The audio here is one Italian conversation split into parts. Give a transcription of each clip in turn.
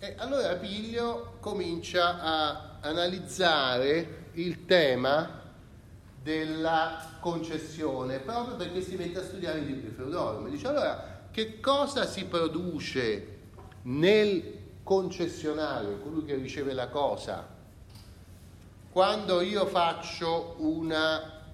E allora Piglio comincia a analizzare il tema della concessione, proprio perché si mette a studiare i libri Freudormi. Dice, allora, che cosa si produce nel concessionario, colui che riceve la cosa, quando io faccio una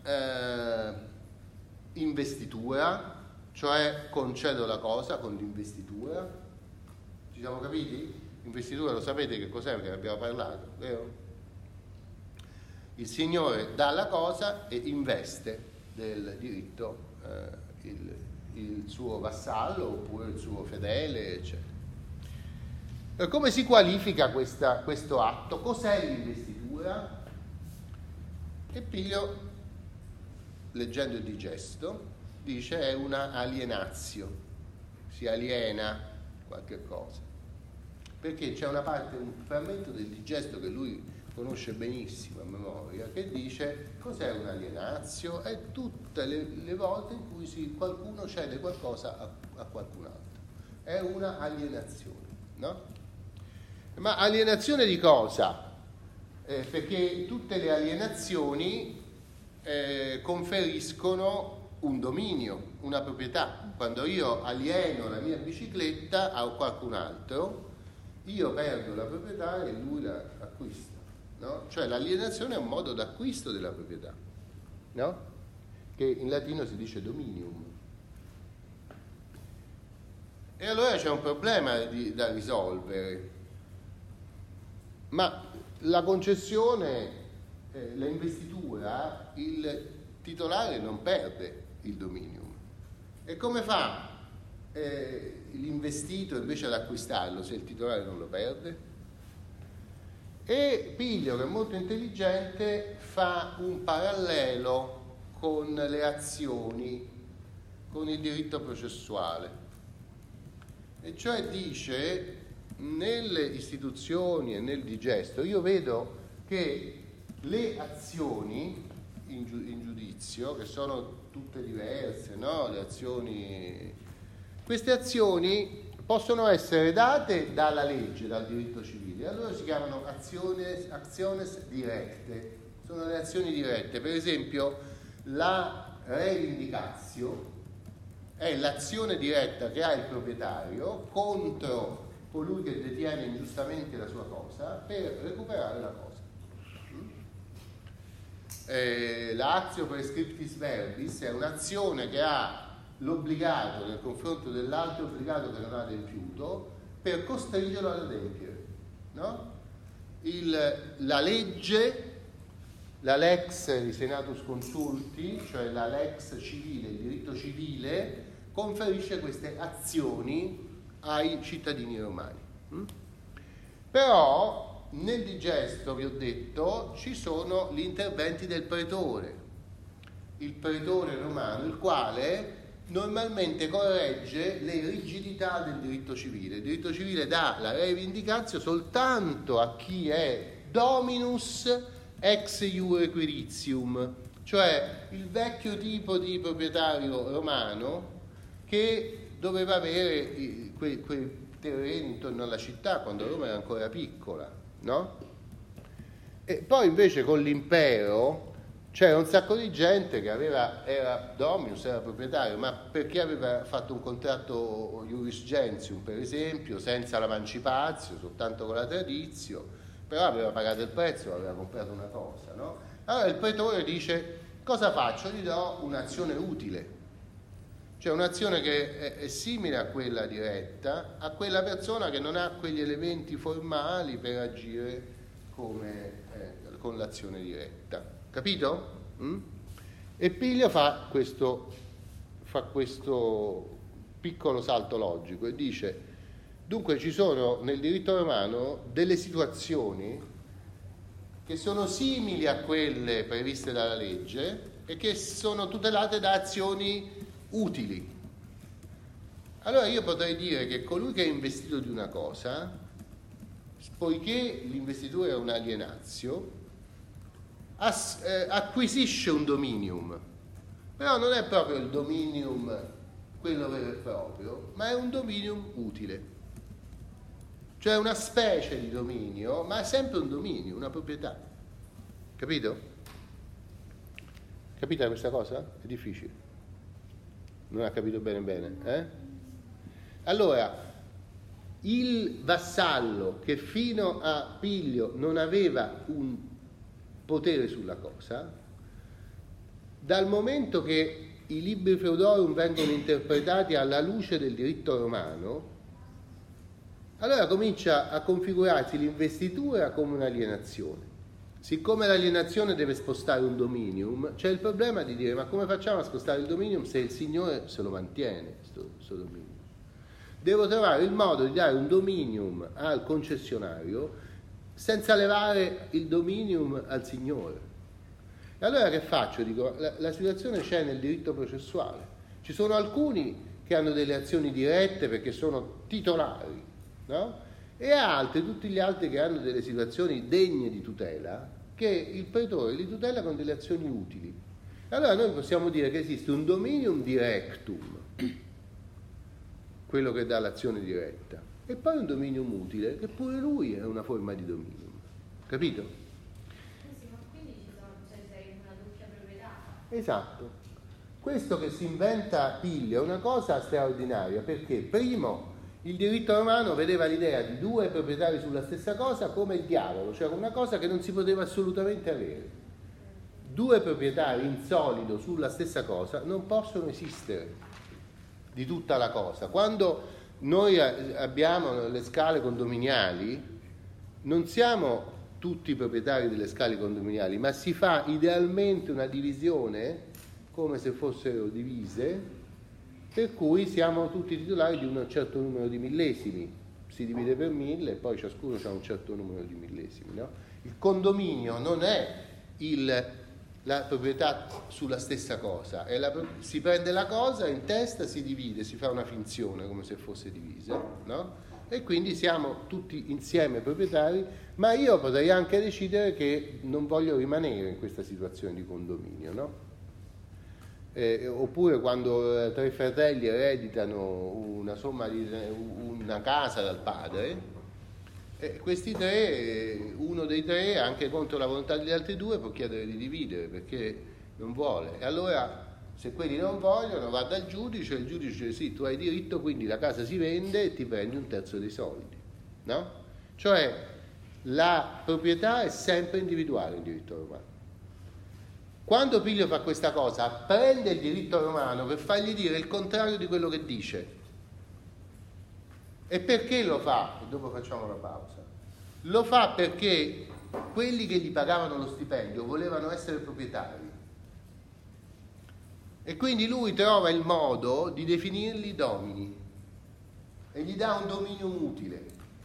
investitura, cioè concedo la cosa con l'investitura? Ci siamo capiti? Investitura lo sapete che cos'è, perché ne abbiamo parlato, vero? Il signore dà la cosa e investe del diritto il suo vassallo oppure il suo fedele, eccetera. Come si qualifica questo atto? Cos'è l'investitura? E Piglio, leggendo il Digesto, dice è una alienatio, si aliena qualche cosa, perché c'è una parte, un frammento del Digesto che lui conosce benissimo a memoria, che dice cos'è un'alienatio? È tutte le volte in cui qualcuno cede qualcosa a qualcun altro, è una alienazione, no? Ma alienazione di cosa? Perché tutte le alienazioni conferiscono un dominio, una proprietà. Quando io alieno la mia bicicletta a qualcun altro, io perdo la proprietà e lui la acquista, no? Cioè l'alienazione è un modo d'acquisto della proprietà, no? Che in latino si dice dominium. E allora c'è un problema da risolvere. Ma la concessione, l'investitura, il titolare non perde il dominium. E come fa l'investito invece ad acquistarlo se il titolare non lo perde? E Piglio, che è molto intelligente, fa un parallelo con le azioni, con il diritto processuale. E cioè dice, nelle istituzioni e nel Digesto, io vedo che le azioni in giudizio, che sono tutte diverse, no? Le azioni, queste azioni possono essere date dalla legge, dal diritto civile, allora si chiamano actiones directe, sono le azioni dirette. Per esempio la reivindicatio è l'azione diretta che ha il proprietario contro colui che detiene ingiustamente la sua cosa per recuperare la cosa. L'azio prescriptis verbis è un'azione che ha l'obbligato nei confronti dell'altro obbligato che non ha adempiuto per costringerlo ad adempiere, no? La legge, la lex di senatus consulti, cioè la lex civile, il diritto civile, conferisce queste azioni ai cittadini romani. Però nel Digesto, vi ho detto, ci sono gli interventi del pretore, il pretore romano, il quale normalmente corregge le rigidità del diritto civile. Il diritto civile dà la reivindicatio soltanto a chi è dominus ex iure quiritium, cioè il vecchio tipo di proprietario romano che doveva avere quei terreni intorno alla città quando Roma era ancora piccola, no? E poi invece con l'impero c'era un sacco di gente che era dominus, era proprietario, ma perché aveva fatto un contratto iuris gentium, per esempio, senza la mancipatio, soltanto con la tradizio, però aveva pagato il prezzo, aveva comprato una cosa, no? Allora il pretore dice, cosa faccio? Gli do un'azione utile, cioè un'azione che è simile a quella diretta, a quella persona che non ha quegli elementi formali per agire con l'azione diretta. Capito? E Piglio fa questo piccolo salto logico e dice, dunque ci sono nel diritto romano delle situazioni che sono simili a quelle previste dalla legge e che sono tutelate da azioni utili. Allora io potrei dire che colui che è investito di una cosa, poiché l'investitura è un'alienatio, acquisisce un dominium, però non è proprio il dominium quello vero e proprio, ma è un dominium utile. cioè una specie di dominio, ma è sempre un dominio, una proprietà. Capito? Capita questa cosa? È difficile. Non ha capito bene, Allora, il vassallo che fino a Piglio non aveva un potere sulla cosa, dal momento che i libri Feodorum vengono interpretati alla luce del diritto romano, allora comincia a configurarsi l'investitura come un'alienazione. Siccome l'alienazione deve spostare un dominium, c'è il problema di dire: ma come facciamo a spostare il dominium se il Signore se lo mantiene, questo dominium? Devo trovare il modo di dare un dominium al concessionario senza levare il dominium al Signore. E allora che faccio? Dico, la situazione c'è nel diritto processuale. Ci sono alcuni che hanno delle azioni dirette perché sono titolari, no? E altri, tutti gli altri che hanno delle situazioni degne di tutela, che il pretore li tutela con delle azioni utili. Allora noi possiamo dire che esiste un dominium directum, quello che dà l'azione diretta, e poi un dominium utile, che pure lui è una forma di dominium. Capito? Sì, ma quindi c'è una doppia proprietà. Esatto. Questo che si inventa Piglio è una cosa straordinaria, perché primo il diritto romano vedeva l'idea di due proprietari sulla stessa cosa come il diavolo, cioè una cosa che non si poteva assolutamente avere. Due proprietari in solido sulla stessa cosa non possono esistere di tutta la cosa. Quando noi abbiamo le scale condominiali, non siamo tutti proprietari delle scale condominiali, ma si fa idealmente una divisione come se fossero divise, per cui siamo tutti titolari di un certo numero di millesimi, si divide per 1000 e poi ciascuno ha un certo numero di millesimi, no? Il condominio non è la proprietà sulla stessa cosa, si prende la cosa, in testa si divide, si fa una finzione come se fosse divisa, no? E quindi siamo tutti insieme proprietari, ma io potrei anche decidere che non voglio rimanere in questa situazione di condominio, no? Oppure quando tre fratelli ereditano una casa dal padre, questi tre, uno dei tre, anche contro la volontà degli altri due, può chiedere di dividere perché non vuole. E allora, se quelli non vogliono, va dal giudice, e il giudice dice: sì, tu hai diritto, quindi la casa si vende e ti prendi un terzo dei soldi, no? Cioè la proprietà è sempre individuale in diritto romano. Quando Piglio fa questa cosa, prende il diritto romano per fargli dire il contrario di quello che dice. E perché lo fa? Dopo facciamo una pausa. Lo fa perché quelli che gli pagavano lo stipendio volevano essere proprietari. E quindi lui trova il modo di definirli domini e gli dà un dominio utile.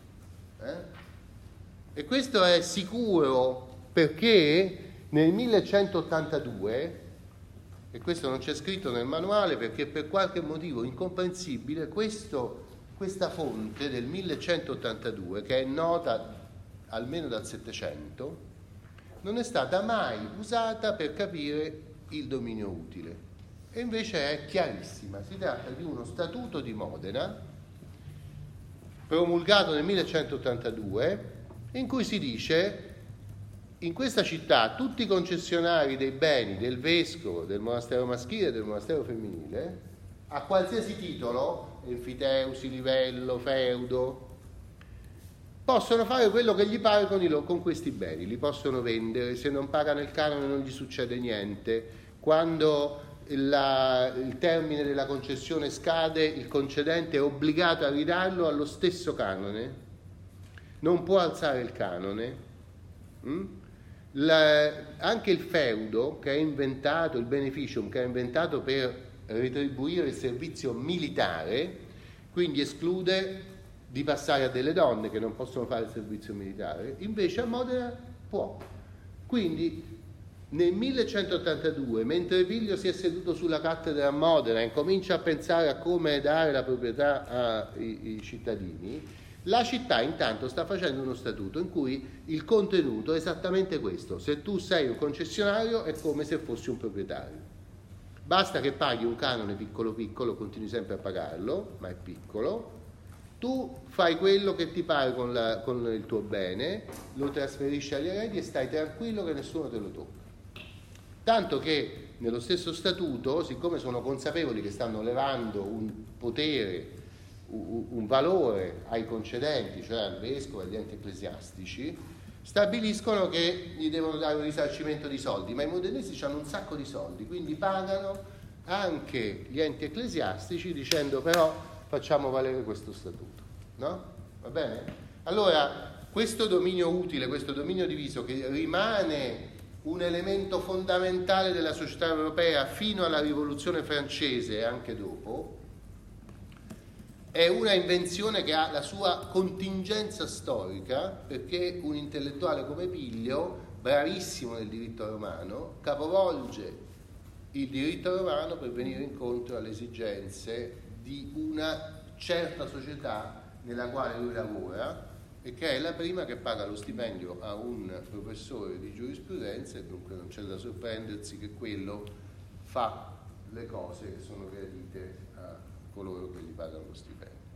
E questo è sicuro perché nel 1182, e questo non c'è scritto nel manuale perché per qualche motivo incomprensibile, questa fonte del 1182, che è nota almeno dal 700, non è stata mai usata per capire il dominio utile. E invece è chiarissima. Si tratta di uno statuto di Modena, promulgato nel 1182, in cui si dice: in questa città tutti i concessionari dei beni del vescovo, del monastero maschile e del monastero femminile, a qualsiasi titolo, enfiteusi, livello, feudo, possono fare quello che gli pare con questi beni, li possono vendere, se non pagano il canone non gli succede niente, quando il termine della concessione scade il concedente è obbligato a ridarlo allo stesso canone, non può alzare il canone. Anche il feudo che è inventato, il beneficium che è inventato per retribuire il servizio militare, quindi esclude di passare a delle donne che non possono fare il servizio militare, invece a Modena può. Quindi nel 1182, mentre Piglio si è seduto sulla cattedra a Modena e comincia a pensare a come dare la proprietà ai cittadini, la città intanto sta facendo uno statuto in cui il contenuto è esattamente questo: se tu sei un concessionario è come se fossi un proprietario, basta che paghi un canone piccolo piccolo, continui sempre a pagarlo, ma è piccolo, tu fai quello che ti pare con il tuo bene, lo trasferisci agli eredi e stai tranquillo che nessuno te lo tocca. Tanto che nello stesso statuto, siccome sono consapevoli che stanno levando un potere, un valore ai concedenti, cioè al vescovo e agli enti ecclesiastici, stabiliscono che gli devono dare un risarcimento di soldi, ma i modernisti hanno un sacco di soldi, quindi pagano anche gli enti ecclesiastici dicendo però facciamo valere questo statuto, no? Va bene? Allora, questo dominio utile, questo dominio diviso che rimane un elemento fondamentale della società europea fino alla rivoluzione francese e anche dopo, è una invenzione che ha la sua contingenza storica, perché un intellettuale come Piglio, bravissimo nel diritto romano, capovolge il diritto romano per venire incontro alle esigenze di una certa società nella quale lui lavora e che è la prima che paga lo stipendio a un professore di giurisprudenza, e dunque non c'è da sorprendersi che quello fa le cose che sono gradite a coloro che gli pagano lo stipendio.